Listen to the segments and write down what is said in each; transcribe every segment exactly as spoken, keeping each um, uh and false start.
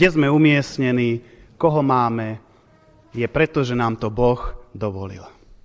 kde sme umiestnení, koho máme, je preto, že nám to Boh dovolil.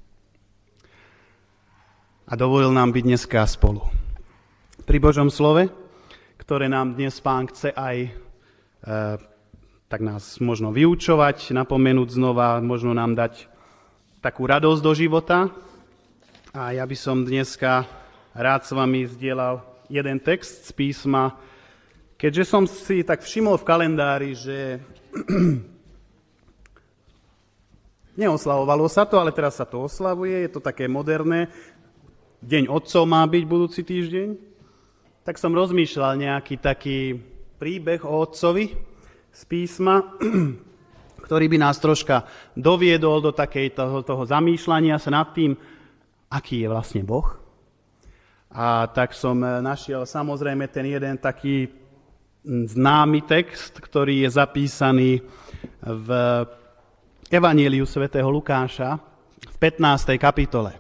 A dovolil nám byť dneska spolu. Pri Božom slove, ktoré nám dnes Pán chce aj e, tak nás možno vyučovať, napomenúť znova, možno nám dať takú radosť do života. A ja by som dneska rád s vami zdieľal jeden text z písma, keďže som si tak všimol v kalendári, že neoslavovalo sa to, ale teraz sa to oslavuje, je to také moderné. Deň otcov má byť budúci týždeň. Tak som rozmýšľal nejaký taký príbeh o otcovi z písma, ktorý by nás troška doviedol do takej toho, toho zamýšľania sa nad tým, aký je vlastne Boh. A tak som našiel samozrejme ten jeden taký známy text, ktorý je zapísaný v Evanjeliu svätého Lukáša v pätnástej kapitole.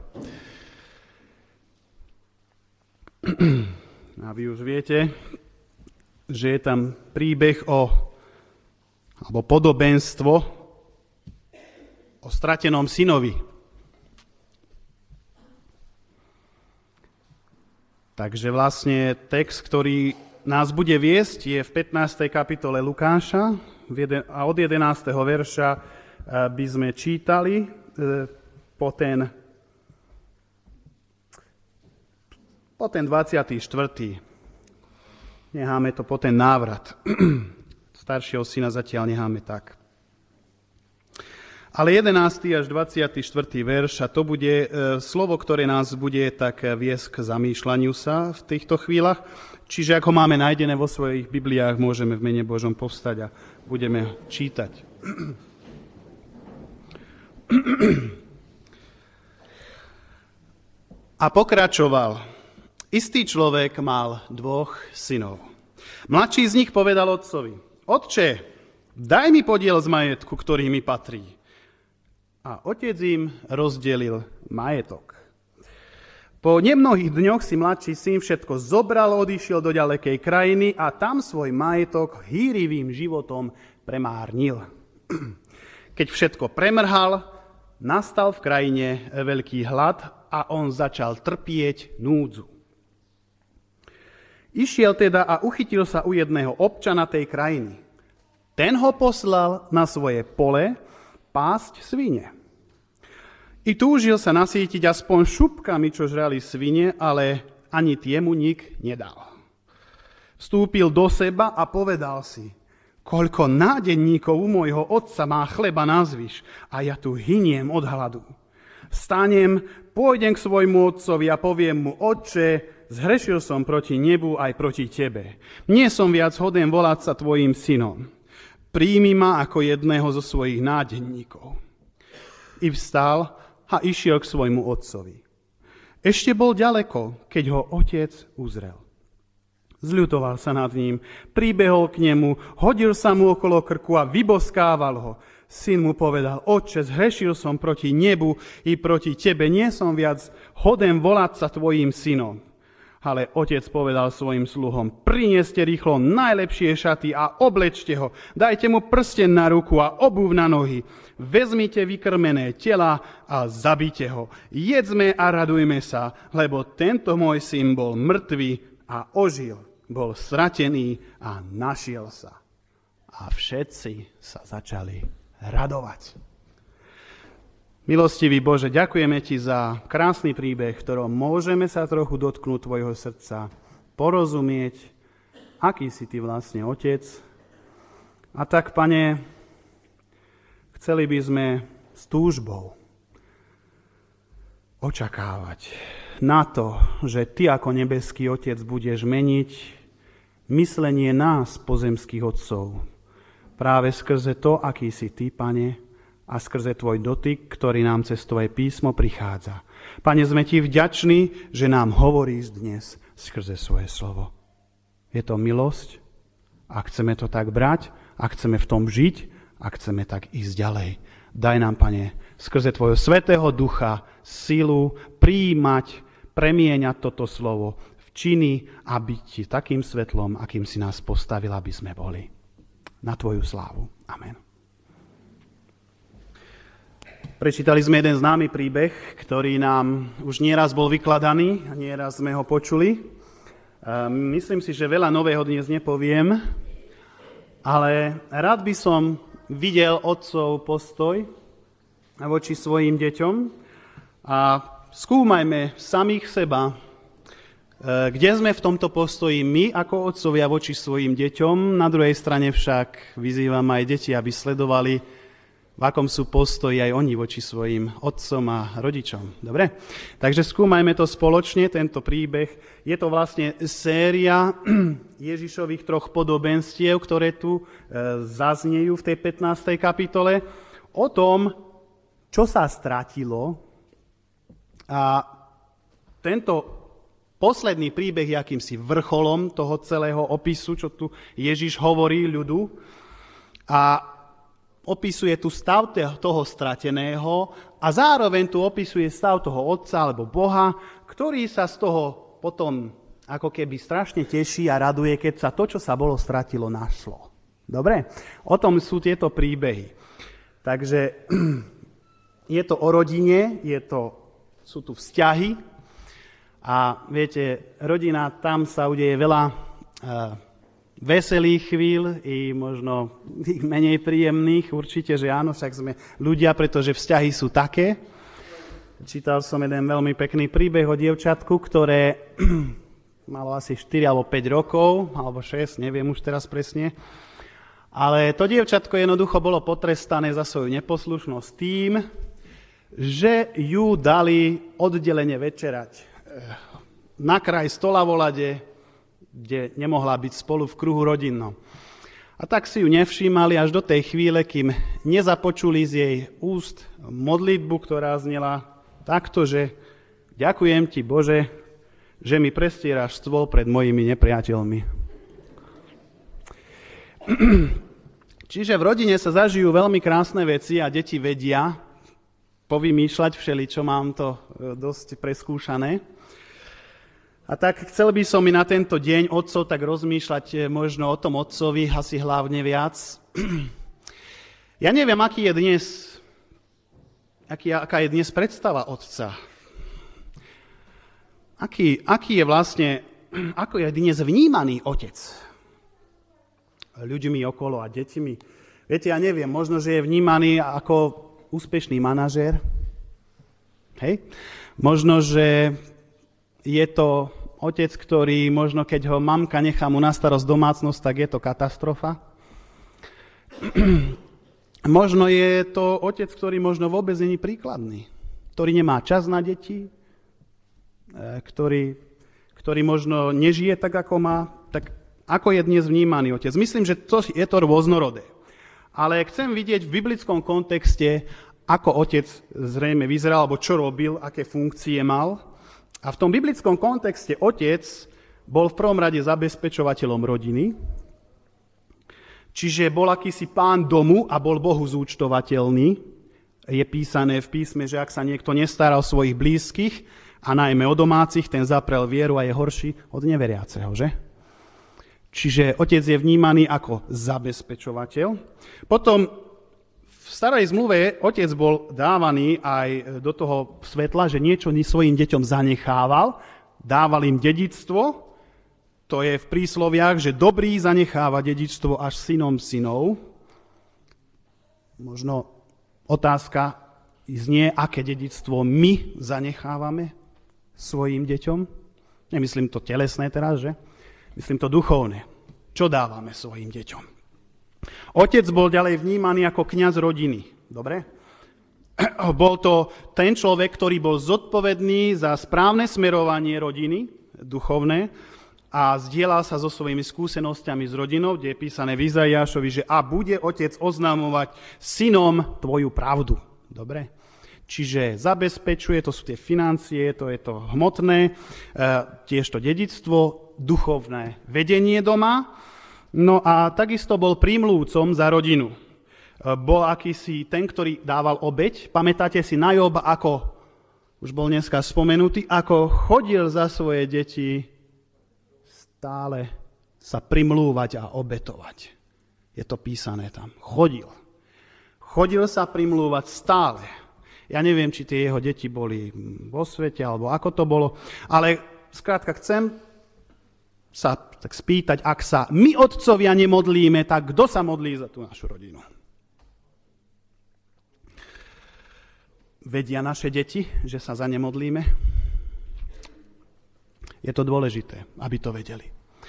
A vy už viete, že je tam príbeh o, alebo podobenstvo o stratenom synovi. Takže vlastne text, ktorý nás bude viesť, je v pätnástej kapitole Lukáša a od jedenásteho verša by sme čítali po ten Po ten dvadsiaty štvrtý Necháme to po ten návrat. Staršieho syna zatiaľ necháme tak. Ale jedenásty až dvadsiaty štvrtý verš, a to bude e, slovo, ktoré nás bude tak viesť k zamýšľaniu sa v týchto chvíľach. Čiže ako máme nájdené vo svojich Bibliách, môžeme v mene Božom povstať a budeme čítať. A pokračoval. Istý človek mal dvoch synov. Mladší z nich povedal otcovi: Otče, daj mi podiel z majetku, ktorý mi patrí. A otec im rozdelil majetok. Po nemnohých dňoch si mladší syn všetko zobral, odišiel do ďalekej krajiny a tam svoj majetok hýrivým životom premárnil. Keď všetko premrhal, nastal v krajine veľký hlad a on začal trpieť núdzu. Išiel teda a uchytil sa u jedného občana tej krajiny. Ten ho poslal na svoje pole pásť svine. I túžil sa nasýtiť aspoň šupkami, čo žrali svine, ale ani tie mu nik nedal. Vstúpil do seba a povedal si: Koľko nádenníkov u môjho otca má chleba nazvyš a ja tu hyniem od hladu. Vstanem, pôjdem k svojmu otcovi a poviem mu: Otče, zhrešil som proti nebu aj proti tebe. Nie som viac hoden volať sa tvojim synom. Príjmi ma ako jedného zo svojich nádenníkov. I vstal a išiel k svojmu otcovi. Ešte bol ďaleko, keď ho otec uzrel. Zľutoval sa nad ním, pribehol k nemu, hodil sa mu okolo krku a vyboskával ho. Syn mu povedal: Otče, zhrešil som proti nebu i proti tebe. Nie som viac hoden volať sa tvojim synom. Ale otec povedal svojim sluhom: Prinieste rýchlo najlepšie šaty a oblečte ho. Dajte mu prsten na ruku a obuv na nohy. Vezmite vykrmené tela a zabite ho. Jedzme a radujme sa, lebo tento môj syn bol mŕtvý a ožil. Bol stratený a našiel sa. A všetci sa začali radovať. Milostivý Bože, ďakujeme Ti za krásny príbeh, v ktorom môžeme sa trochu dotknúť Tvojho srdca, porozumieť, aký si Ty vlastne Otec. A tak, Pane, chceli by sme s túžbou očakávať na to, že Ty ako nebeský Otec budeš meniť myslenie nás, pozemských otcov, práve skrze to, aký si Ty, Pane, a skrze Tvoj dotyk, ktorý nám cez Tvoje písmo prichádza. Pane, sme Ti vďační, že nám hovoríš dnes skrze svoje slovo. Je to milosť a chceme to tak brať a chceme v tom žiť a chceme tak ísť ďalej. Daj nám, Pane, skrze Tvojho svätého ducha silu prijímať, premieňať toto slovo v činy a byť Ti takým svetlom, akým si nás postavil, aby sme boli. na tvoju slávu. Amen. Prečítali sme jeden známy príbeh, ktorý nám už nieraz bol vykladaný a nieraz sme ho počuli. Myslím si, že veľa nového dnes nepoviem, ale rád by som videl otcov postoj voči svojim deťom a skúmajme samých seba, kde sme v tomto postoji my ako otcovia voči svojim deťom. Na druhej strane však vyzývam aj deti, aby sledovali, v akom sú postoji aj oni voči svojim otcom a rodičom. Dobre? Takže skúmajme to spoločne, tento príbeh. Je to vlastne séria Ježišových troch podobenstiev, ktoré tu e, zaznejú v tej pätnástej kapitole, o tom, čo sa stratilo. A tento posledný príbeh je akýmsi vrcholom toho celého opisu, čo tu Ježiš hovorí ľudu. A opisuje tu stav toho strateného a zároveň tu opisuje stav toho otca alebo Boha, ktorý sa z toho potom ako keby strašne teší a raduje, keď sa to, čo sa bolo stratilo, našlo. Dobre? O tom sú tieto príbehy. Takže je to o rodine, je to, sú tu vzťahy a viete, rodina, tam sa udeje veľa uh, veselých chvíľ i možno tých menej príjemných, určite, že áno, však sme ľudia, pretože vzťahy sú také. Čítal som jeden veľmi pekný príbeh o dievčatku, ktoré malo asi štyri alebo päť rokov, alebo šesť, neviem už teraz presne. Ale to dievčatko jednoducho bolo potrestané za svoju neposlušnosť tým, že ju dali oddelene večerať na kraj stola vo lade, kde nemohla byť spolu v kruhu rodinnom. A tak si ju nevšímali až do tej chvíle, kým nezapočuli z jej úst modlitbu, ktorá znela takto, že ďakujem ti, Bože, že mi prestieraš stôl pred mojimi nepriateľmi. Čiže v rodine sa zažijú veľmi krásne veci a deti vedia povymýšľať všeličo, mám to dosť preskúšané. A tak chcel by som mi na tento deň otcov tak rozmýšľať možno o tom otcovi asi hlavne viac. Ja neviem, aký je dnes, aký, aká je dnes predstava otca. Aký, aký je vlastne, ako je dnes vnímaný otec ľuďmi okolo a deťmi. Viete, ja neviem, možno, že je vnímaný ako úspešný manažér. Hej? Možno, že je to otec, ktorý možno keď ho mamka nechá mu na starosť domácnosť, tak je to katastrofa. Možno je to otec, ktorý možno vôbec nie je príkladný, ktorý nemá čas na deti, ktorý, ktorý možno nežije tak, ako má. Tak ako je dnes vnímaný otec? Myslím, že to je to rôznorodé. Ale chcem vidieť v biblickom kontexte, ako otec zrejme vyzeral, alebo čo robil, aké funkcie mal. A v tom biblickom kontexte otec bol v prvom rade zabezpečovateľom rodiny, čiže bol akýsi pán domu a bol Bohu zúčtovateľný. Je písané v písme, že ak sa niekto nestará o svojich blízkych, a najmä o domácich, ten zaprel vieru a je horší od neveriaceho, že? Čiže otec je vnímaný ako zabezpečovateľ. Potom v starej zmluve otec bol dávaný aj do toho svetla, že niečo svojim deťom zanechával, dával im dedičstvo. To je v prísloviach, že dobrý zanecháva dedičstvo až synom synov. Možno otázka znie, aké dedičstvo my zanechávame svojim deťom. Nemyslím to telesné teraz, že? Myslím to duchovné. Čo dávame svojim deťom? Otec bol ďalej vnímaný ako kňaz rodiny. Dobre? Bol to ten človek, ktorý bol zodpovedný za správne smerovanie rodiny, duchovné, a zdieľal sa so svojimi skúsenosťami s rodinou, kde je písané v Izaiášovi, že a bude otec oznamovať synom tvoju pravdu. Dobre? Čiže zabezpečuje, to sú tie financie, to je to hmotné, tiež to dedičstvo, duchovné vedenie doma. No a takisto bol prímluvcom za rodinu. Bol akýsi ten, ktorý dával obeť. Pamätáte si na Joba, ako, už bol dneska spomenutý, ako chodil za svoje deti stále sa primlúvať a obetovať. Je to písané tam. Chodil. Chodil sa primlúvať stále. Ja neviem, či tie jeho deti boli vo svete, alebo ako to bolo, ale skrátka chcem sa tak spýtať, ak sa my otcovia nemodlíme, tak kto sa modlí za tú našu rodinu? Vedia naše deti, že sa za ne modlíme? Je to dôležité, aby to vedeli.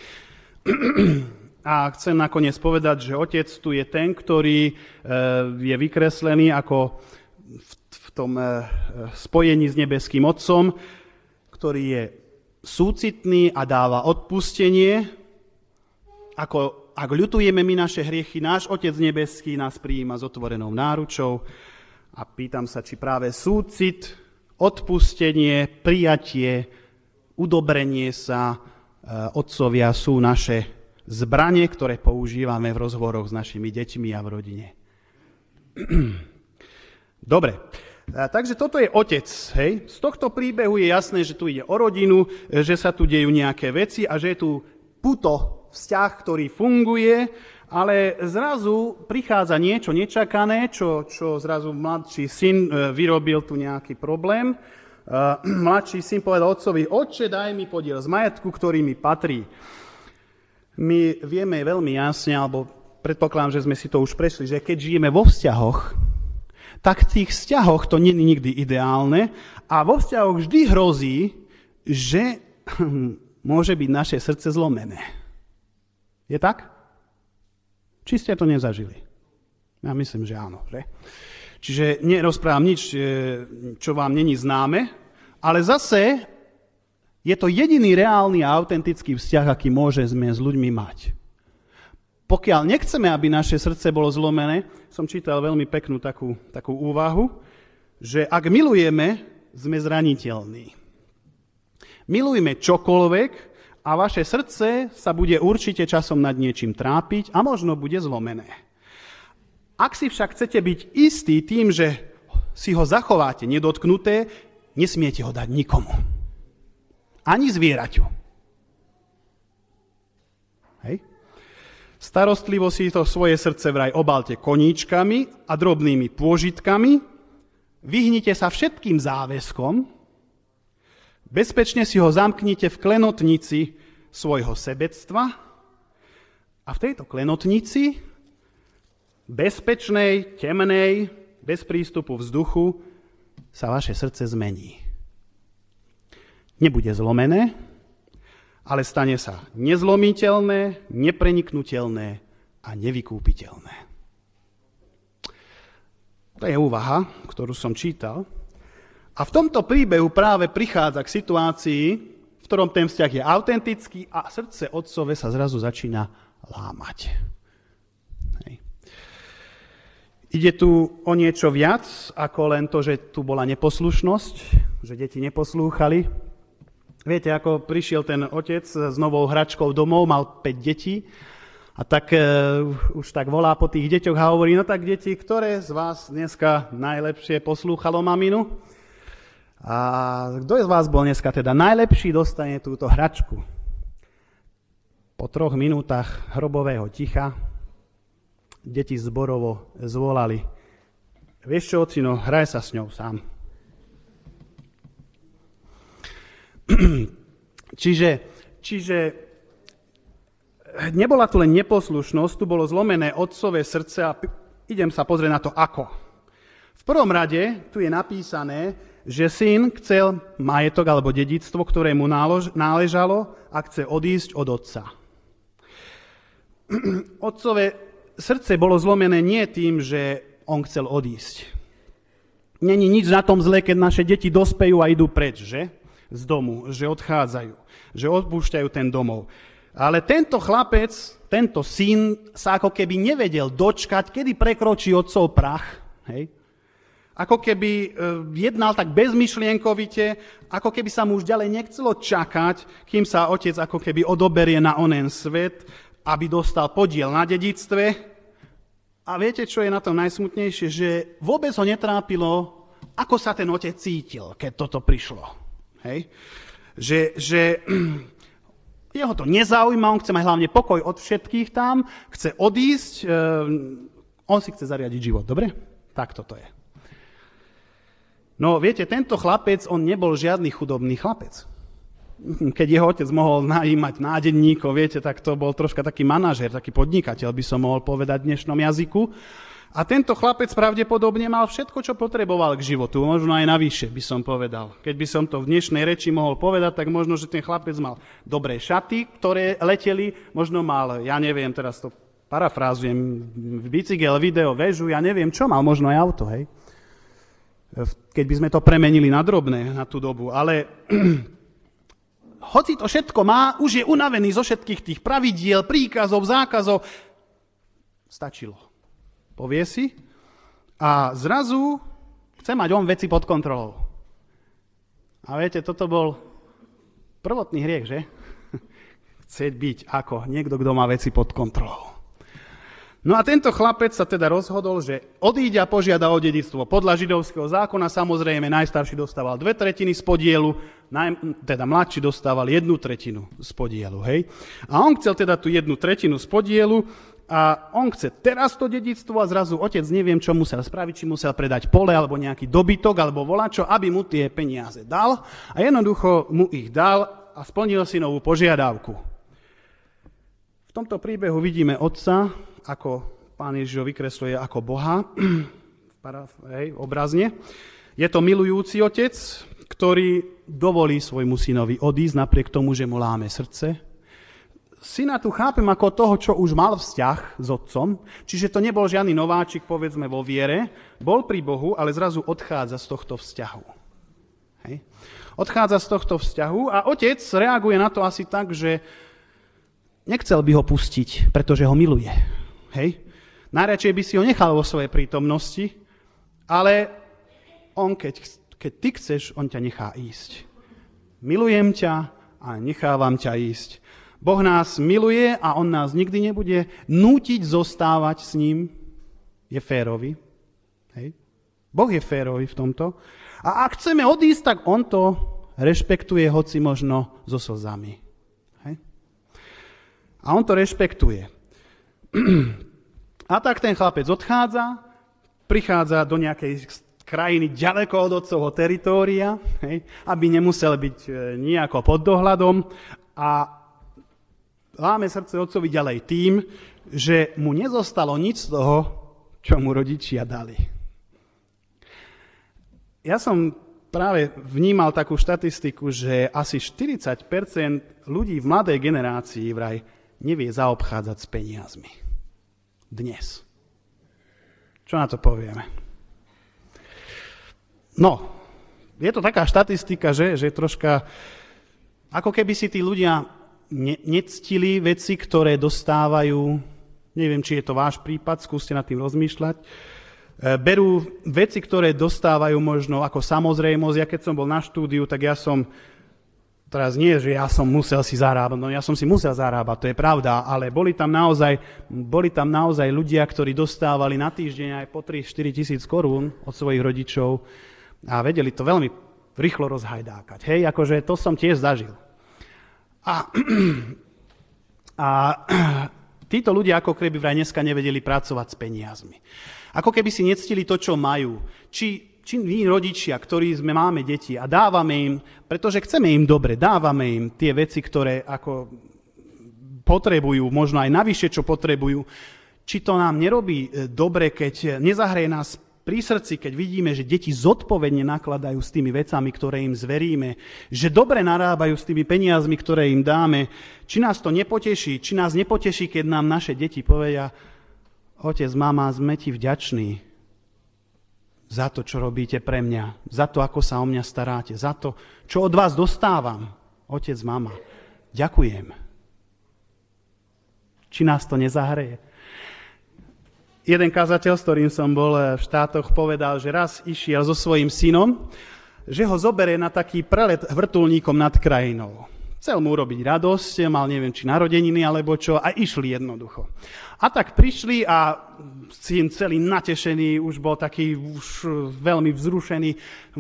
A chcem nakoniec povedať, že otec tu je ten, ktorý je vykreslený ako v tom spojení s nebeským Otcom, ktorý je súcitný a dáva odpustenie. Ako, ak ľutujeme my naše hriechy, náš Otec nebeský nás prijíma s otvorenou náručou. A pýtam sa, či práve súcit, odpustenie, prijatie, udobrenie sa otcovia sú naše zbranie, ktoré používame v rozhovoroch s našimi deťmi a v rodine. Dobre, takže toto je otec. Hej? Z tohto príbehu je jasné, že tu ide o rodinu, že sa tu dejú nejaké veci a že je tu puto, vzťah, ktorý funguje, ale zrazu prichádza niečo nečakané, čo, čo zrazu mladší syn vyrobil tu nejaký problém. Mladší syn povedal otcovi, otče, daj mi podiel z majetku, ktorý mi patrí. My vieme veľmi jasne, alebo predpokladám, že sme si to už prešli, že keď žijeme vo vzťahoch, tak v tých vzťahoch to nie je nikdy ideálne a vo vzťahoch vždy hrozí, že môže byť naše srdce zlomené. Je tak? Či ste to nezažili? Ja myslím, že áno. Že? Čiže nerozprávam nič, čo vám není známe, ale zase je to jediný reálny a autentický vzťah, aký môžeme s ľuďmi mať. Pokiaľ nechceme, aby naše srdce bolo zlomené, som čítal veľmi peknú takú, takú úvahu, že ak milujeme, sme zraniteľní. Milujme čokoľvek, a vaše srdce sa bude určite časom nad niečím trápiť a možno bude zlomené. Ak si však chcete byť istí tým, že si ho zachováte nedotknuté, nesmiete ho dať nikomu. Ani zvieraťu. Hej? Starostlivo si to svoje srdce vraj obalte koníčkami a drobnými pôžitkami, vyhnite sa všetkým záväzkom, bezpečne si ho zamknite v klenotnici svojho sebectva a v tejto klenotnici, bezpečnej, temnej, bez prístupu vzduchu, sa vaše srdce zmení. Nebude zlomené, ale stane sa nezlomiteľné, nepreniknutelné a nevykúpiteľné. To je úvaha, ktorú som čítal. A v tomto príbehu práve prichádza k situácii, v ktorom ten vzťah je autentický a srdce otcove sa zrazu začína lámať. Hej. Ide tu o niečo viac, ako len to, že tu bola neposlušnosť, že deti neposlúchali. Viete, ako prišiel ten otec s novou hračkou domov, mal päť detí a tak uh, už tak volá po tých deťoch a hovorí, no tak deti, ktoré z vás dneska najlepšie poslúchalo maminu? A kto z vás bol dneska teda najlepší, dostane túto hračku. Po troch minútach hrobového ticha deti zborovo zvolali, vieš čo, ocino, hraj sa s ňou sám. čiže, čiže nebola tu len neposlušnosť, tu bolo zlomené otcové srdce a p- idem sa pozrieť na to ako. V prvom rade tu je napísané, že syn chcel majetok alebo dedičstvo, ktoré mu náležalo a chce odísť od otca. Otcové srdce bolo zlomené nie tým, že on chcel odísť. Není nič na tom zlé, keď naše deti dospejú a idú preč, že? Z domu, že odchádzajú, že opúšťajú ten domov. Ale tento chlapec, tento syn sa ako keby nevedel dočkať, kedy prekročí otcov prach, hej? Ako keby jednal tak bezmyšlienkovite, ako keby sa mu už ďalej nechcelo čakať, kým sa otec ako keby odoberie na onen svet, aby dostal podiel na dedičstve. A viete, čo je na tom najsmutnejšie? Že vôbec ho netrápilo, ako sa ten otec cítil, keď toto prišlo. Hej? Že, že Jeho to nezaujíma, on chce mať hlavne pokoj od všetkých tam, chce odísť, on si chce zariadiť život, dobre? Tak toto je. No viete, tento chlapec, on nebol žiadny chudobný chlapec. Keď jeho otec mohol najímať nádenníkov, viete, tak to bol troška taký manažér, taký podnikateľ, by som mohol povedať v dnešnom jazyku. A tento chlapec pravdepodobne mal všetko, čo potreboval k životu, možno aj navyše, by som povedal. Keď by som to v dnešnej reči mohol povedať, tak možno, že ten chlapec mal dobré šaty, ktoré leteli, možno mal, ja neviem, teraz to parafrázujem, bicykel, video, väžu, ja neviem čo, mal možno aj auto, hej. Keď by sme to premenili na drobné na tú dobu, ale hoci to všetko má, už je unavený zo všetkých tých pravidiel, príkazov, zákazov, stačilo. Povie si a zrazu chce mať on veci pod kontrolou. A viete, toto bol prvotný hriech, že? Chcieť byť ako niekto, kto má veci pod kontrolou. No a tento chlapec sa teda rozhodol, že odíde a požiada o dedičstvo. Podľa židovského zákona samozrejme najstarší dostával dve tretiny z podielu, naj, teda mladší dostával jednu tretinu z podielu. Hej? A on chcel teda tú jednu tretinu z podielu a on chce teraz to dedičstvo a zrazu otec neviem, čo musel spraviť, či musel predať pole alebo nejaký dobytok alebo volačo, aby mu tie peniaze dal a jednoducho mu ich dal a splnil si novú požiadavku. V tomto príbehu vidíme otca, ako pán Ježiš ho vykresluje ako Boha, hej, obrazne. Je to milujúci otec, ktorý dovolí svojmu synovi odísť napriek tomu, že mu láme srdce. Syna tu chápem ako toho, čo už mal vzťah s otcom, čiže to nebol žiadny nováčik, povedzme, vo viere, bol pri Bohu, ale zrazu odchádza z tohto vzťahu. Hej. Odchádza z tohto vzťahu a otec reaguje na to asi tak, že nechcel by ho pustiť, pretože ho miluje. Hej. Najradšej by si ho nechal vo svojej prítomnosti, ale on, keď, keď ty chceš, on ťa nechá ísť. Milujem ťa a nechávam ťa ísť. Boh nás miluje a on nás nikdy nebude nútiť zostávať s ním. Je férový. Hej. Boh je férový v tomto. A ak chceme odísť, tak on to rešpektuje, hoci možno so slzami. Hej. A on to rešpektuje. A tak ten chlapec odchádza, prichádza do nejakej krajiny ďaleko od otcovho teritória, hej, aby nemusel byť nejako pod dohľadom a láme srdce otcovi ďalej tým, že mu nezostalo nič z toho, čo mu rodičia dali. Ja som práve vnímal takú štatistiku, že asi štyridsať percent ľudí v mladej generácii vraj nevie zaobchádzať s peniazmi. Dnes. Čo na to povieme? No, je to taká štatistika, že, že troška, ako keby si tí ľudia Ne, nectili veci, ktoré dostávajú, neviem, či je to váš prípad, skúste nad tým rozmýšľať, e, berú veci, ktoré dostávajú možno ako samozrejmosť. Ja keď som bol na štúdiu, tak ja som, teraz nie, že ja som musel si zarábať, no ja som si musel zarábať, to je pravda, ale boli tam naozaj, boli tam naozaj ľudia, ktorí dostávali na týždeň aj po tri štyri tisíc korún od svojich rodičov a vedeli to veľmi rýchlo rozhajdákať. Hej, akože to som tiež zažil. A, a títo ľudia ako keby vraj dneska nevedeli pracovať s peniazmi. Ako keby si nectili to, čo majú. Či, či my rodičia, ktorí sme, máme deti a dávame im, pretože chceme im dobre, dávame im tie veci, ktoré ako potrebujú, možno aj navyše, čo potrebujú. Či to nám nerobí dobre, keď nezahreje nás pri srdci, keď vidíme, že deti zodpovedne nakladajú s tými vecami, ktoré im zveríme, že dobre narábajú s tými peniazmi, ktoré im dáme. Či nás to nepoteší, či nás nepoteší, keď nám naše deti povedia: otec, mama, sme ti vďační za to, čo robíte pre mňa, za to, ako sa o mňa staráte, za to, čo od vás dostávam. Otec, mama, ďakujem. Či nás to nezahreje? Jeden kazateľ, s ktorým som bol v štátoch, povedal, že raz išiel so svojím synom, že ho zoberie na taký prelet vrtuľníkom nad krajinou. Chcel mu urobiť radosť, mal neviem, či narodeniny alebo čo, a išli jednoducho. A tak prišli a syn celý natešený, už bol taký už veľmi vzrušený,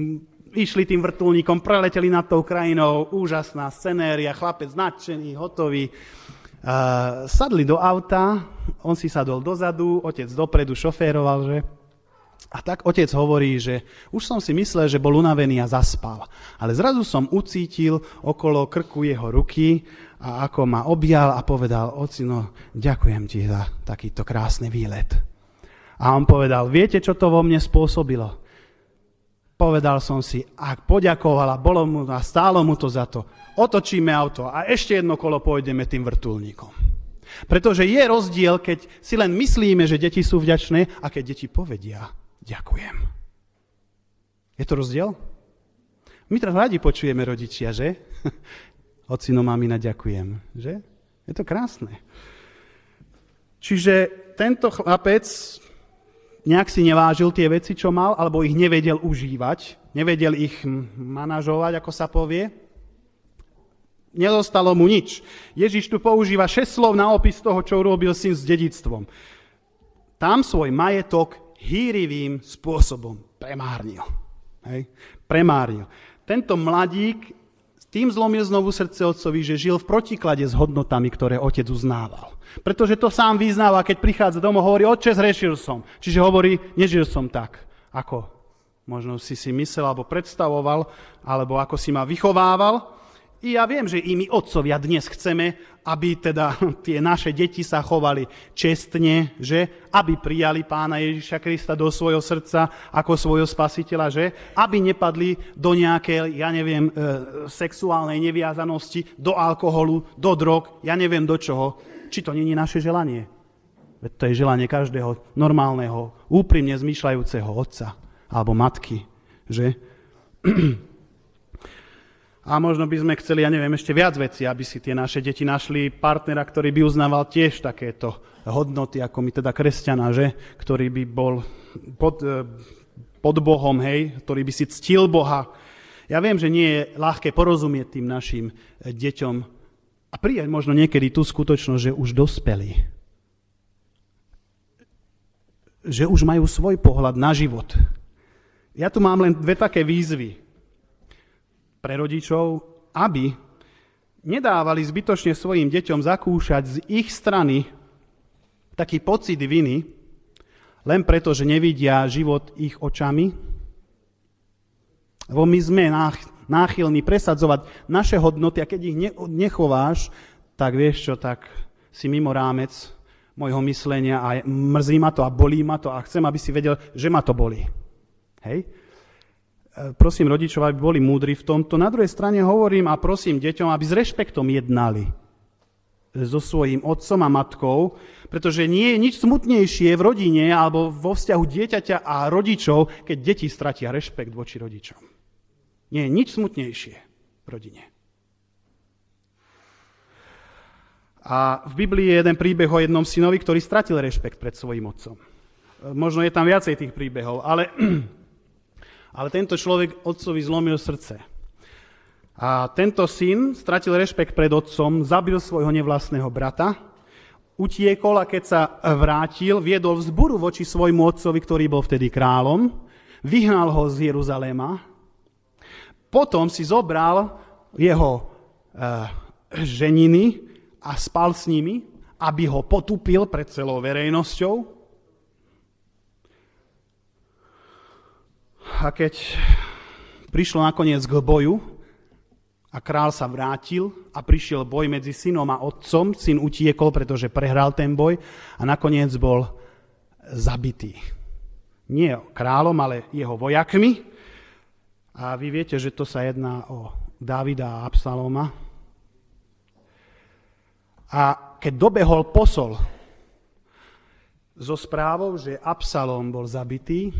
Išli tým vrtuľníkom, preleteli nad tou krajinou, úžasná scenéria, chlapec nadšený, hotový. Uh, sadli do auta, on si sadol dozadu, otec dopredu šoféroval, že? A tak otec hovorí, že už som si myslel, že bol unavený a zaspal. Ale zrazu som ucítil okolo krku jeho ruky a ako ma objal a povedal, ocino, ďakujem ti za takýto krásny výlet. A on povedal, viete, čo to vo mne spôsobilo? Povedal som si, ak poďakovala, bolo mu a stálo mu to za to, otočíme auto a ešte jedno kolo pôjdeme tým vrtuľníkom. Pretože je rozdiel, keď si len myslíme, že deti sú vďačné a keď deti povedia, ďakujem. Je to rozdiel? My teraz radi počujeme rodičia, že? Ocino, mamina, ďakujem. Že? Je to krásne. Čiže tento chlapec nejak si nevážil tie veci, čo mal, alebo ich nevedel užívať, nevedel ich manažovať, ako sa povie. Nedostalo mu nič. Ježiš tu používa šesť slov na opis toho, čo urobil syn s dedičstvom. Tam svoj majetok hýrivým spôsobom premárnil. Hej? Premárnil. Tento mladík tým zlomil znovu srdce otcovi, že žil v protiklade s hodnotami, ktoré otec uznával. Pretože to sám vyznáva, keď prichádza domov, hovorí, otče, zhrešil som. Čiže hovorí, nežil som tak, ako možno si si myslel, alebo predstavoval, alebo ako si ma vychovával. I ja viem, že i my otcovia dnes chceme, aby teda tie naše deti sa chovali čestne, že? Aby prijali Pána Ježiša Krista do svojho srdca ako svojho spasiteľa, že? Aby nepadli do nejakej, ja neviem, e, sexuálnej neviazanosti, do alkoholu, do drog, ja neviem do čoho. Či to nie je naše želanie? Veď to je želanie každého normálneho, úprimne zmýšľajúceho otca alebo matky, že? A možno by sme chceli, ja neviem, ešte viac vecí, aby si tie naše deti našli partnera, ktorý by uznával tiež takéto hodnoty, ako my teda kresťana, že? Ktorý by bol pod, pod Bohom, hej? Ktorý by si ctil Boha. Ja viem, že nie je ľahké porozumieť tým našim deťom a prijať možno niekedy tú skutočnosť, že už dospeli. Že už majú svoj pohľad na život. Ja tu mám len dve také výzvy pre rodičov, aby nedávali zbytočne svojim deťom zakúšať z ich strany taký pocit viny, len preto, že nevidia život ich očami. Lebo my sme náchylní presadzovať naše hodnoty a keď ich nechováš, tak vieš čo, tak si mimo rámec môjho myslenia a mrzí ma to a bolí ma to a chcem, aby si vedel, že ma to bolí. Hej? Prosím rodičov, aby boli múdri v tomto. Na druhej strane hovorím a prosím deťom, aby s rešpektom jednali so svojím otcom a matkou, pretože nie je nič smutnejšie v rodine alebo vo vzťahu dieťaťa a rodičov, keď deti stratia rešpekt voči rodičom. Nie je nič smutnejšie v rodine. A v Biblii je jeden príbeh o jednom synovi, ktorý stratil rešpekt pred svojím otcom. Možno je tam viacej tých príbehov, ale... Ale tento človek otcovi zlomil srdce. A tento syn stratil rešpekt pred otcom, zabil svojho nevlastného brata, utiekol a keď sa vrátil, viedol vzburu voči svojmu otcovi, ktorý bol vtedy kráľom, vyhnal ho z Jeruzaléma, potom si zobral jeho e, ženiny a spal s nimi, aby ho potupil pred celou verejnosťou. A keď prišlo nakoniec k boju a král sa vrátil a prišiel boj medzi synom a otcom, syn utiekol, pretože prehral ten boj a nakoniec bol zabitý. Nie kráľom, ale jeho vojakmi. A vy viete, že to sa jedná o Dávida a Absalóma. A keď dobehol posol so správou, že Absalóm bol zabitý,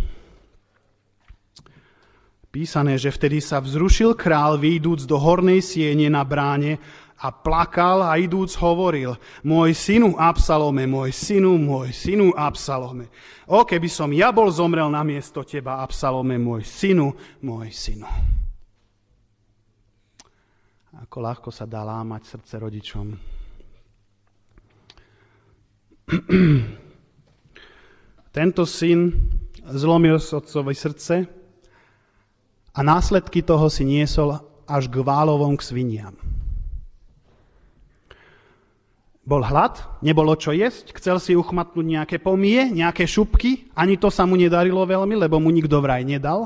písané, že vtedy sa vzrušil král, výjdúc do hornej siene na bráne a plakal a idúc hovoril, môj synu Absalome, môj synu, môj synu Absalome. O, keby som ja bol zomrel namiesto teba, Absalome, môj synu, môj synu. Ako ľahko sa dá lámať srdce rodičom. Tento syn zlomil otcovi srdce a následky toho si niesol až k válovom k sviniam. Bol hlad, nebolo čo jesť, chcel si uchmatnúť nejaké pomie, nejaké šupky, ani to sa mu nedarilo veľmi, lebo mu nikto vraj nedal.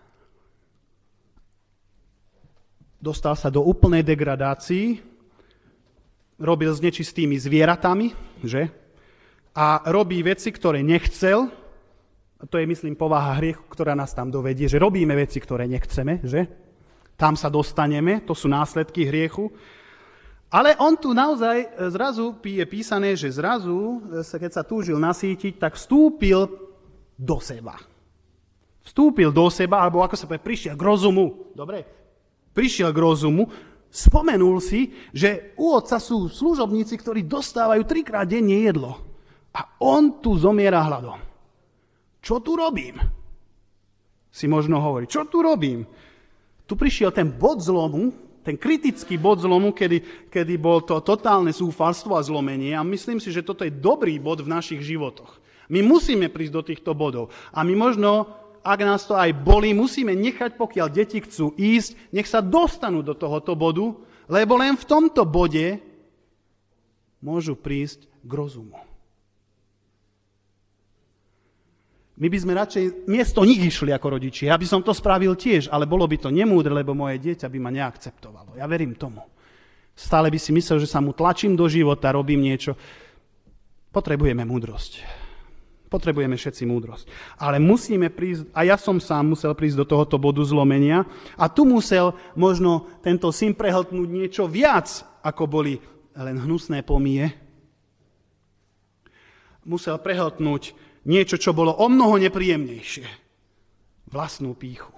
Dostal sa do úplnej degradácii, robil s nečistými zvieratami, že? A robí veci, ktoré nechcel. A to je, myslím, povaha hriechu, ktorá nás tam dovedie, že robíme veci, ktoré nechceme, že? Tam sa dostaneme, to sú následky hriechu. Ale on tu naozaj zrazu je písané, že zrazu, keď sa túžil nasýtiť, tak vstúpil do seba. Vstúpil do seba, alebo ako sa povie, prišiel k rozumu. Dobre? Prišiel k rozumu, spomenul si, že u otca sú služobníci, ktorí dostávajú trikrát denne jedlo. A on tu zomiera hladom. Čo tu robím? Si možno hovorí, čo tu robím? Tu prišiel ten bod zlomu, ten kritický bod zlomu, kedy, kedy bol to totálne zúfalstvo a zlomenie. A myslím si, že toto je dobrý bod v našich životoch. My musíme prísť do týchto bodov. A my možno, ak nás to aj bolí, musíme nechať, pokiaľ deti chcú ísť, nech sa dostanú do tohoto bodu, lebo len v tomto bode môžu prísť k rozumu. My by sme radšej miesto nich išli ako rodičia. Ja by som to spravil tiež, ale bolo by to nemúdre, lebo moje dieťa by ma neakceptovalo. Ja verím tomu. Stále by si myslel, že sa mu tlačím do života, robím niečo. Potrebujeme múdrosť. Potrebujeme všetci múdrosť. Ale musíme prísť, a ja som sám musel prísť do tohoto bodu zlomenia, a tu musel možno tento syn prehltnúť niečo viac, ako boli len hnusné pomie. Musel prehltnúť niečo, čo bolo o mnoho nepríjemnejšie. Vlastnú pýchu.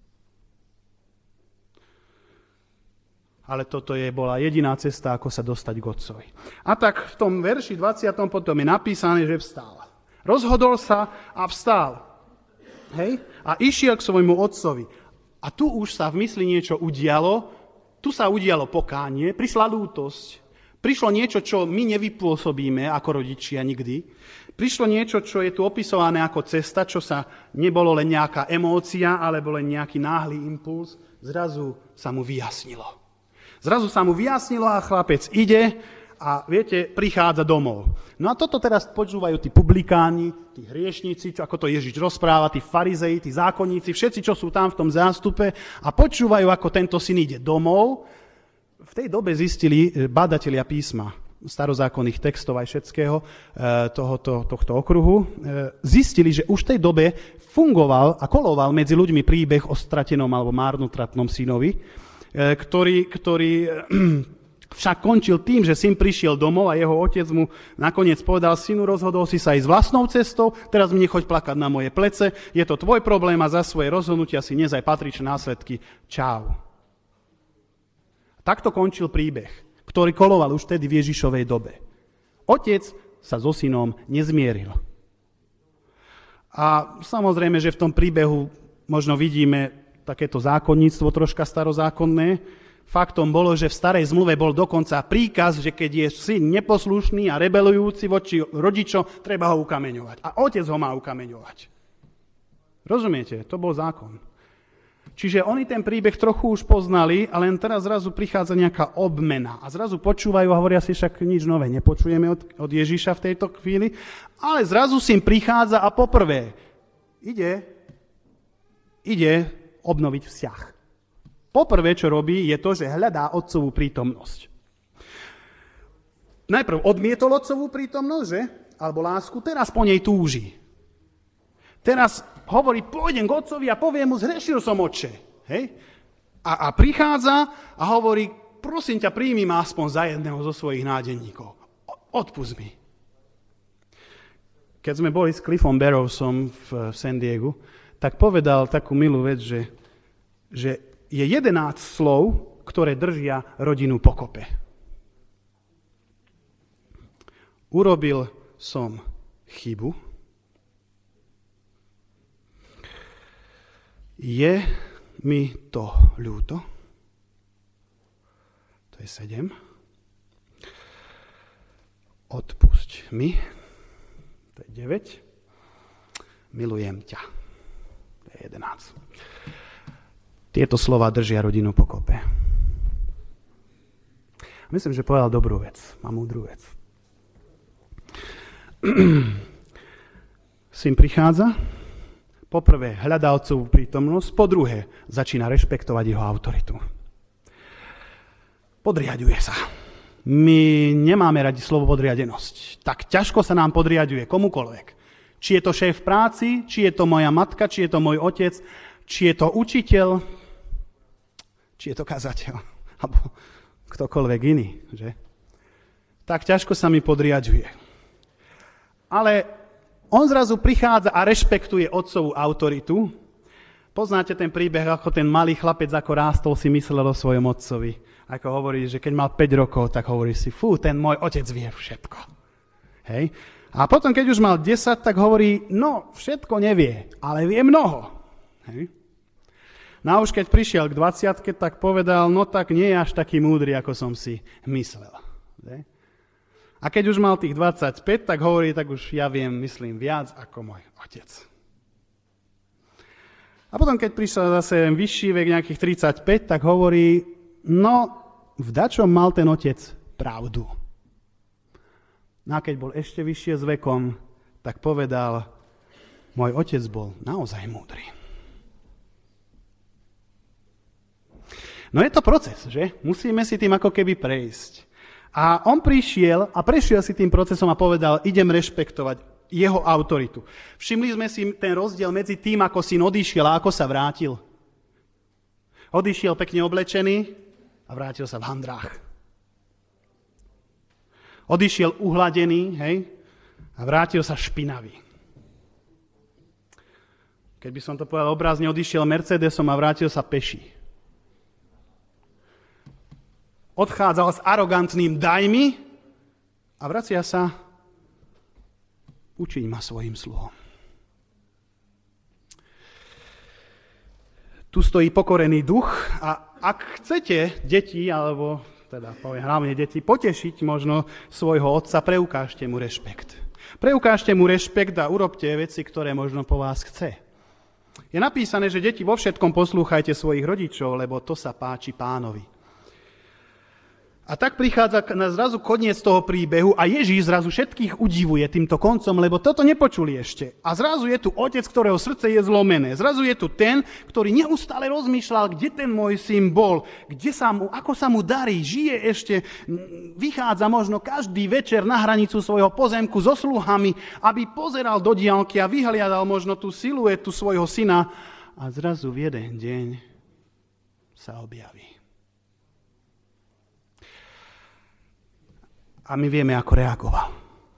Ale toto je, bola jediná cesta, ako sa dostať k otcovi. A tak v tom verši dvadsiatom potom je napísané, že vstal. Rozhodol sa a vstal. Hej? A išiel k svojmu otcovi. A tu už sa v mysli niečo udialo. Tu sa udialo pokánie, prišla lútosť. Prišlo niečo, čo my nevypôsobíme ako rodičia nikdy. Prišlo niečo, čo je tu opisované ako cesta, čo sa nebolo len nejaká emócia, alebo len nejaký náhly impuls. Zrazu sa mu vyjasnilo. Zrazu sa mu vyjasnilo a chlapec ide a, viete, prichádza domov. No a toto teraz počúvajú tí publikáni, tí hriešnici, čo, ako to Ježiš rozpráva, tí farizeji, tí zákonníci, všetci, čo sú tam v tom zástupe a počúvajú, ako tento syn ide domov. V tej dobe zistili badatelia písma, starozákonných textov aj všetkého tohoto, tohto okruhu, zistili, že už v tej dobe fungoval a koloval medzi ľuďmi príbeh o stratenom alebo márnotratnom synovi, ktorý, ktorý však končil tým, že syn prišiel domov a jeho otec mu nakoniec povedal, synu, rozhodol si sa ísť vlastnou cestou, teraz mi nechoď plakať na moje plece, je to tvoj problém a za svoje rozhodnutia si nezaj patričné následky. Čau. Takto končil príbeh, ktorý koloval už vtedy v Ježišovej dobe. Otec sa so synom nezmieril. A samozrejme, že v tom príbehu možno vidíme takéto zákonníctvo troška starozákonné. Faktom bolo, že v starej zmluve bol dokonca príkaz, že keď je syn neposlušný a rebelujúci voči rodičom, treba ho ukameňovať. A otec ho má ukameňovať. Rozumiete? To bol zákon. Čiže oni ten príbeh trochu už poznali, ale len teraz zrazu prichádza nejaká obmena. A zrazu počúvajú a hovoria si, však nič nové nepočujeme od, od Ježiša v tejto chvíli. Ale zrazu syn prichádza a poprvé ide, ide obnoviť vzťah. Poprvé, čo robí, je to, že hľadá otcovú prítomnosť. Najprv odmietol otcovú prítomnosť, že? Alebo lásku, teraz po nej túži. Teraz hovorí, pôjdem k otcovi a poviem mu, zhrešil som, otče. Hej? A, a prichádza a hovorí, prosím ťa, príjmi ma aspoň za jedného zo svojich nádenníkov. Odpusť mi. Keď sme boli s Cliffom Barrowsom v, v San Diegu, tak povedal takú milú vec, že, že je jedenásť slov, ktoré držia rodinu pokope. Urobil som chybu. Je mi to ľúto. To je sedem. Odpusť mi. To je deväť. Milujem ťa. To je jedenásť. Tieto slova držia rodinu pokope. Myslím, že povedal dobrú vec, má múdru vec. Syn prichádza, poprvé hľadá otcovú prítomnosť, po druhé začína rešpektovať jeho autoritu. Podriaďuje sa. My nemáme radi slovo podriadenosť. Tak ťažko sa nám podriaďuje komukoľvek. Či je to šéf v práci, či je to moja matka, či je to môj otec, či je to učiteľ, či je to kazateľ, alebo ktokoľvek iný, že? Tak ťažko sa mi podriaďuje. Ale on zrazu prichádza a rešpektuje otcovú autoritu. Poznáte ten príbeh, ako ten malý chlapec, ako rástol, si myslel o svojom otcovi. Ako hovorí, že keď mal päť rokov, tak hovorí si, fú, ten môj otec vie všetko. Hej? A potom, keď už mal desať, tak hovorí, no, všetko nevie, ale vie mnoho. Hej? No a už keď prišiel k dvadsiatke, tak povedal, no tak nie je až taký múdry, ako som si myslel. Hej? A keď už mal tých dvadsaťpäť, tak hovorí, tak už ja viem, myslím, viac ako môj otec. A potom, keď prišiel zase vyšší vek, nejakých tridsaťpäť, tak hovorí, no, v dačom mal ten otec pravdu. No a keď bol ešte vyššie s vekom, tak povedal, môj otec bol naozaj múdry. No je to proces, že? Musíme si tým ako keby prejsť. A on prišiel a prešiel si tým procesom a povedal, idem rešpektovať jeho autoritu. Všimli sme si ten rozdiel medzi tým, ako syn odišiel a ako sa vrátil. Odišiel pekne oblečený a vrátil sa v handrách. Odišiel uhladený, hej, a vrátil sa špinavý. Keď by som to povedal obrazne, odišiel Mercedesom a vrátil sa peší. Odchádzal s arogantným daj mi a vracia sa učiň ma svojim sluhom. Tu stojí pokorený duch a ak chcete deti, alebo teda poviem hlavne deti, potešiť možno svojho otca, preukážte mu rešpekt. Preukážte mu rešpekt a urobte veci, ktoré možno po vás chce. Je napísané, že deti vo všetkom poslúchajte svojich rodičov, lebo to sa páči Pánovi. A tak prichádza na zrazu koniec toho príbehu a Ježíš zrazu všetkých udivuje týmto koncom, lebo toto nepočuli ešte. A zrazu je tu otec, ktorého srdce je zlomené. Zrazu je tu ten, ktorý neustále rozmýšľal, kde ten môj syn bol, kde sa mu, ako sa mu darí, žije ešte, vychádza možno každý večer na hranicu svojho pozemku so sluhami, aby pozeral do diaľky a vyhliadal možno tú siluetu svojho syna. A zrazu v jeden deň sa objaví. A my vieme, ako reagoval.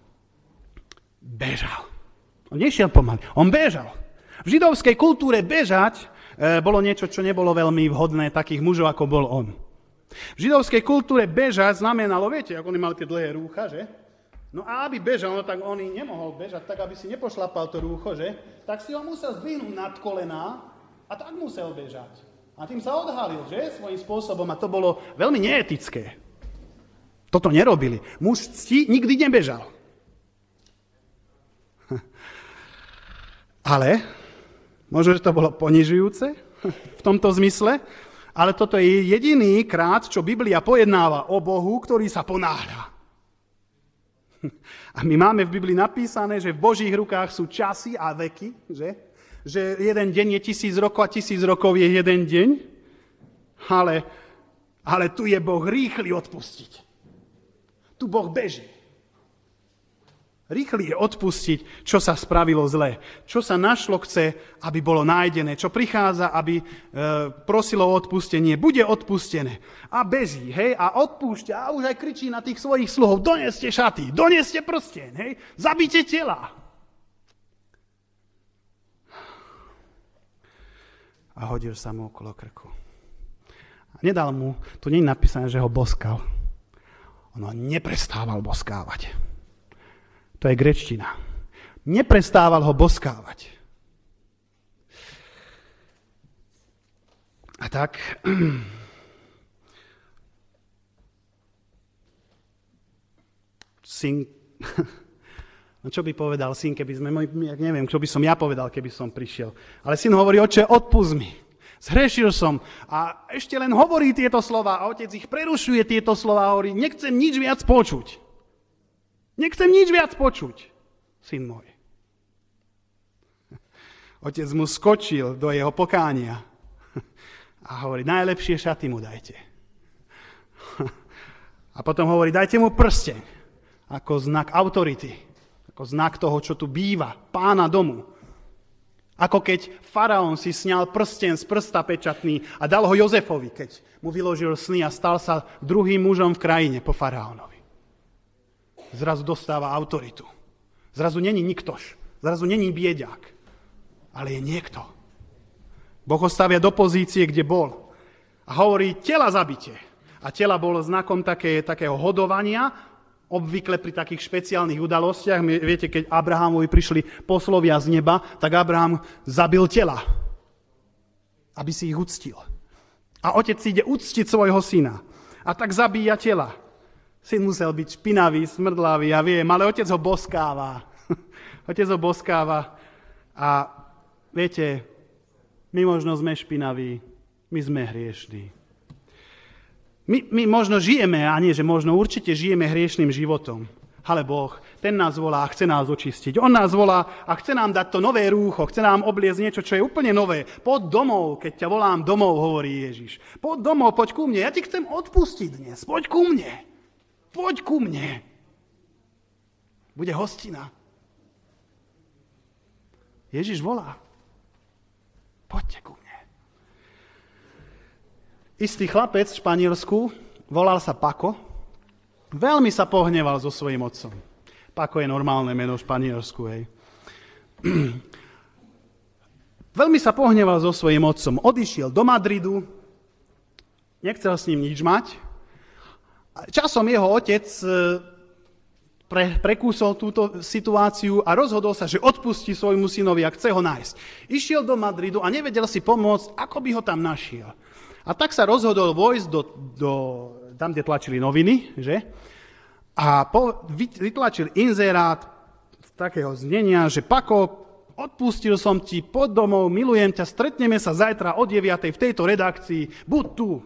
Bežal. On nešiel pomaly, on bežal. V židovskej kultúre bežať e, bolo niečo, čo nebolo veľmi vhodné takých mužov, ako bol on. V židovskej kultúre bežať znamenalo, viete, ako oni mali tie dlhé rúcha, že? No a aby bežal, no tak on nemohol bežať, tak aby si nepošlapal to rúcho, že? Tak si ho musel zdvihnúť nad kolená a tak musel bežať. A tým sa odhalil, že? Svojím spôsobom a to bolo veľmi neetické. Toto nerobili. Muž cti nikdy nebežal. Ale, možno, že to bolo ponižujúce v tomto zmysle, ale toto je jediný krát, čo Biblia pojednáva o Bohu, ktorý sa ponáhľa. A my máme v Biblii napísané, že v Božích rukách sú časy a veky, že? Že jeden deň je tisíc rokov a tisíc rokov je jeden deň, ale, ale tu je Boh rýchly odpustiť. Tu Boh beží. Rýchly je odpustiť, čo sa spravilo zle. Čo sa našlo chce, aby bolo nájdené. Čo prichádza, aby e, prosilo o odpustenie. Bude odpustené. A beží, hej, a odpúšťa. A už aj kričí na tých svojich sluhov. Doneste šaty, doneste prsteň, hej, zabite tela. A hodil sa mu okolo krku. A nedal mu, tu nie je napísané, že ho boskal. Ono neprestával boskávať. To je gréčtina. Neprestával ho boskávať. A tak syn, no čo by povedal syn, keby sme, ja neviem, čo by som ja povedal, keby som prišiel. Ale syn hovorí, oče, odpusť mi. Zhrešil som. A ešte len hovorí tieto slova a otec ich prerušuje tieto slova a hovorí, nechcem nič viac počuť. Nechcem nič viac počuť, syn môj. Otec mu skočil do jeho pokánia a hovorí, najlepšie šaty mu dajte. A potom hovorí, dajte mu prsteň ako znak autority, ako znak toho, čo tu býva, pána domu. Ako keď faraón si sňal prsten z prsta pečatný a dal ho Jozefovi, keď mu vyložil sny a stal sa druhým mužom v krajine po faraónovi. Zrazu dostáva autoritu. Zrazu není niktož. Zrazu není bieďák. Ale je niekto. Boh ho stavia do pozície, kde bol. A hovorí, tela zabite. A tela bolo znakom také, takého hodovania, obvykle pri takých špeciálnych udalostiach. Viete, keď Abrahamovi prišli poslovia z neba, tak Abraham zabil tela, aby si ich uctil. A otec si ide uctiť svojho syna. A tak zabíja tela. Syn musel byť špinavý, smrdlavý, ja viem, ale otec ho boskáva. Otec ho boskáva a viete, my možno sme špinaví, my sme hriešní. My, my možno žijeme, a nie, že možno určite žijeme hriešným životom. Ale Boh, ten nás volá a chce nás očistiť. On nás volá a chce nám dať to nové rúcho, chce nám obliecť niečo, čo je úplne nové. Poď domov, keď ťa volám domov, hovorí Ježiš. Poď domov, poď ku mne, ja ti chcem odpustiť dnes, poď ku mne. Poď ku mne. Bude hostina. Ježiš volá. Poďte ku mne. Istý chlapec v Španielsku, volal sa Paco, veľmi sa pohneval so svojím otcom. Paco je normálne meno v Španielsku, hej. Veľmi sa pohneval so svojím otcom. Odišiel do Madridu, nechcel s ním nič mať. Časom jeho otec pre, prekúsol túto situáciu a rozhodol sa, že odpustí svojmu synovi a chce ho nájsť. Išiel do Madridu a nevedel si pomôcť, ako by ho tam našiel. A tak sa rozhodol vojsť do, do, tam, kde tlačili noviny, že? A po, vytlačil inzerát takého znenia, že Paco, odpustil som ti, poď domov, milujem ťa, stretneme sa zajtra o deviatej v tejto redakcii, buď tu.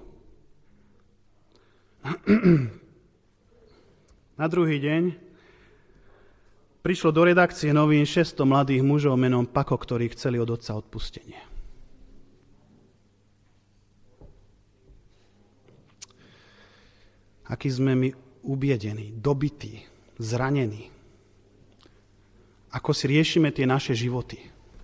Na druhý deň prišlo do redakcie novín šesťsto mladých mužov menom Paco, ktorí chceli od otca odpustenie. Aký sme my ubiedení, dobití, zranení. Ako si riešime tie naše životy.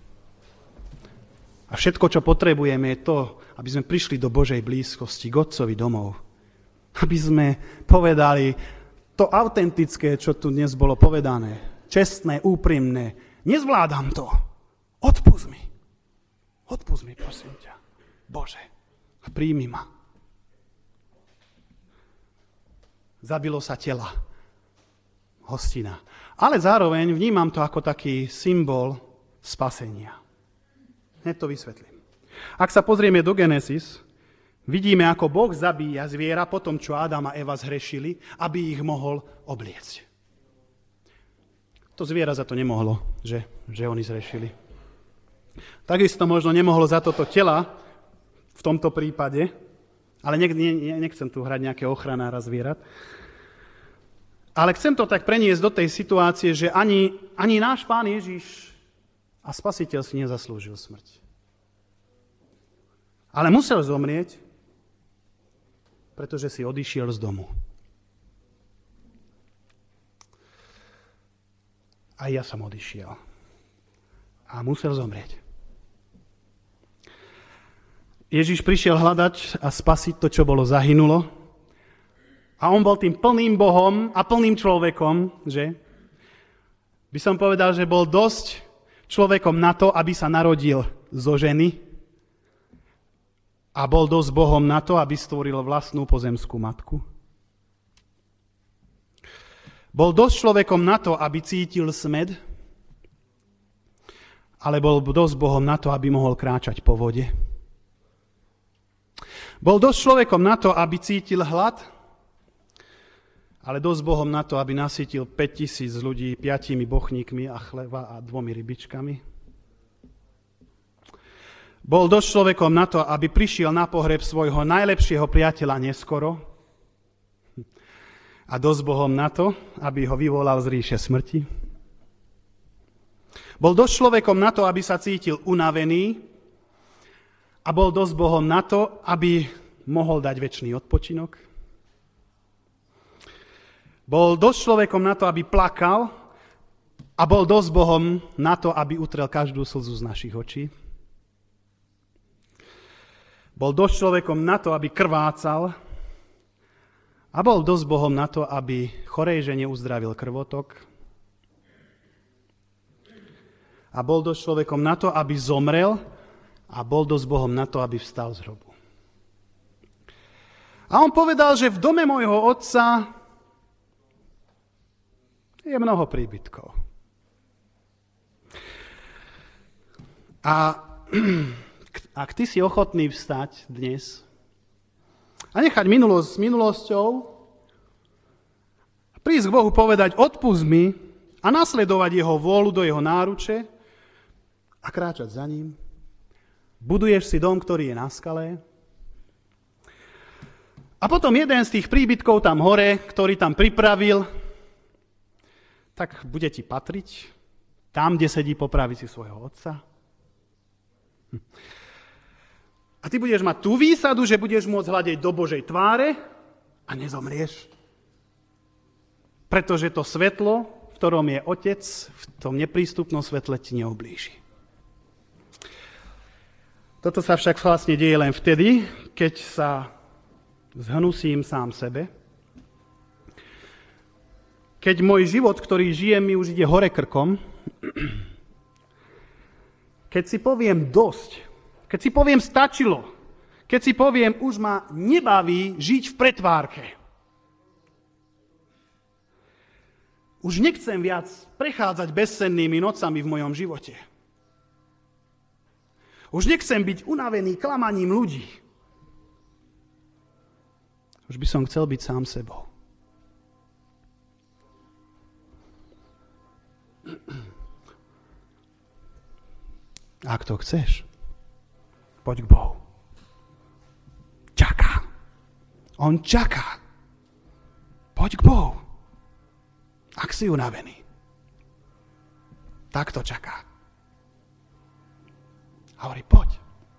A všetko, čo potrebujeme, je to, aby sme prišli do Božej blízkosti, k Otcovi domov. Aby sme povedali to autentické, čo tu dnes bolo povedané. Čestné, úprimné. Nezvládam to. Odpusť mi. Odpusť mi, prosím ťa. Bože. A príjmi ma. Zabilo sa tela. Hostina. Ale zároveň vnímam to ako taký symbol spasenia. Hneď to vysvetlím. Ak sa pozrieme do Genesis, vidíme, ako Boh zabíja zviera po tom, čo Adam a Eva zhrešili, aby ich mohol obliecť. To zviera za to nemohlo, že, že oni zhrešili. Takisto možno nemohlo za toto tela v tomto prípade, ale ne, ne, nechcem tu hrať nejaké ochranára zvierat. Ale chcem to tak preniesť do tej situácie, že ani, ani náš Pán Ježiš a Spasiteľ si nezaslúžil smrť. Ale musel zomrieť, pretože si odišiel z domu. A ja som odišiel. A musel zomrieť. Ježiš prišiel hľadať a spasiť to, čo bolo zahynulo. A on bol tým plným Bohom a plným človekom, že? By som povedal, že bol dosť človekom na to, aby sa narodil zo ženy. A bol dosť Bohom na to, aby stvoril vlastnú pozemskú matku. Bol dosť človekom na to, aby cítil smäd. Ale bol dosť Bohom na to, aby mohol kráčať po vode. Bol dosť človekom na to, aby cítil hlad, ale dosť Bohom na to, aby nasýtil päťtisíc ľudí piatimi bochníkmi a chleba a dvomi rybičkami. Bol dosť človekom na to, aby prišiel na pohreb svojho najlepšieho priateľa neskoro a dosť Bohom na to, aby ho vyvolal z ríše smrti. Bol dosť človekom na to, aby sa cítil unavený a bol dosť Bohom na to, aby mohol dať večný odpočinok. Bol dosť človekom na to, aby plakal a bol dosť Bohom na to, aby utrel každú slzu z našich očí. Bol dosť človekom na to, aby krvácal a bol dosť Bohom na to, aby chorej žene uzdravil krvotok. A bol dosť človekom na to, aby zomrel a bol dosť Bohom na to, aby vstal z hrobu. A on povedal, že v dome môjho otca je mnoho príbytkov. A ak ty si ochotný vstať dnes a nechať minulosť s minulosťou, prísť k Bohu povedať, odpusť mi a nasledovať jeho vôľu do jeho náruče a kráčať za ním, buduješ si dom, ktorý je na skale a potom jeden z tých príbytkov tam hore, ktorý tam pripravil, tak bude ti patriť tam, kde sedí po pravici svojho otca. A ty budeš mať tú výsadu, že budeš môcť hľadiť do Božej tváre a nezomrieš. Pretože to svetlo, v ktorom je Otec, v tom neprístupnom svetle ti neoblíži. Toto sa však vlastne deje len vtedy, keď sa zhnusím sám sebe. Keď môj život, ktorý žijem, mi už ide hore krkom. Keď si poviem dosť, keď si poviem stačilo, keď si poviem už ma nebaví žiť v pretvárke. Už nechcem viac prechádzať bezcennými nocami v mojom živote. Už nechcem byť unavený klamaním ľudí. Už by som chcel byť sám sebou. Ak to chceš, poď k Bohu. Čaká. On čaká. Poď k Bohu. Ak si unavený. Tak to čaká. A hovorí, poď.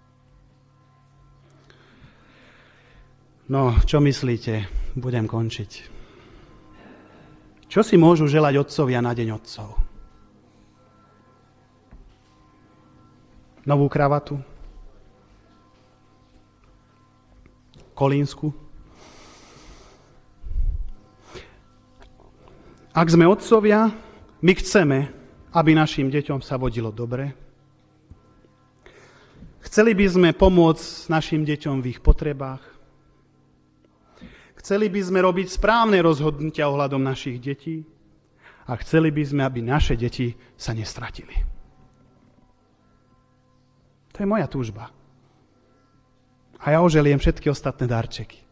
No, čo myslíte? Budem končiť. Čo si môžu želať otcovia na deň otcov? Novú kravatu? Kolínsku? Ak sme otcovia, my chceme, aby našim deťom sa vodilo dobre. Chceli by sme pomôcť našim deťom v ich potrebách. Chceli by sme robiť správne rozhodnutia ohľadom našich detí a chceli by sme, aby naše deti sa nestratili. To je moja túžba. A ja oželiem všetky ostatné darčeky.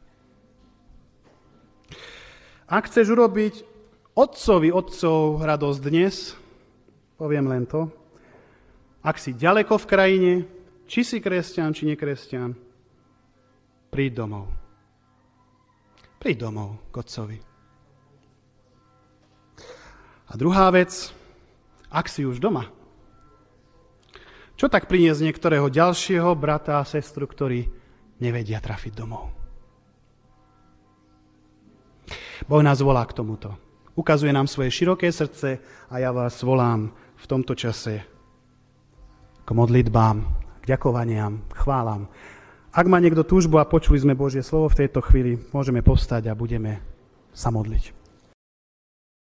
Ak chceš urobiť otcovi otcov radosť dnes, poviem len to, ak si ďaleko v krajine, či si kresťan, či nekresťan, príď domov. Príď domov k otcovi. A druhá vec, ak si už doma, čo tak priniesť niektorého ďalšieho brata a sestru, ktorí nevedia trafiť domov? Boh nás volá k tomuto. Ukazuje nám svoje široké srdce a ja vás volám v tomto čase k modlitbám, k ďakovaniam, k chválam. Ak má niekto túžbu a počuli sme Božie slovo v tejto chvíli, môžeme povstať a budeme sa modliť.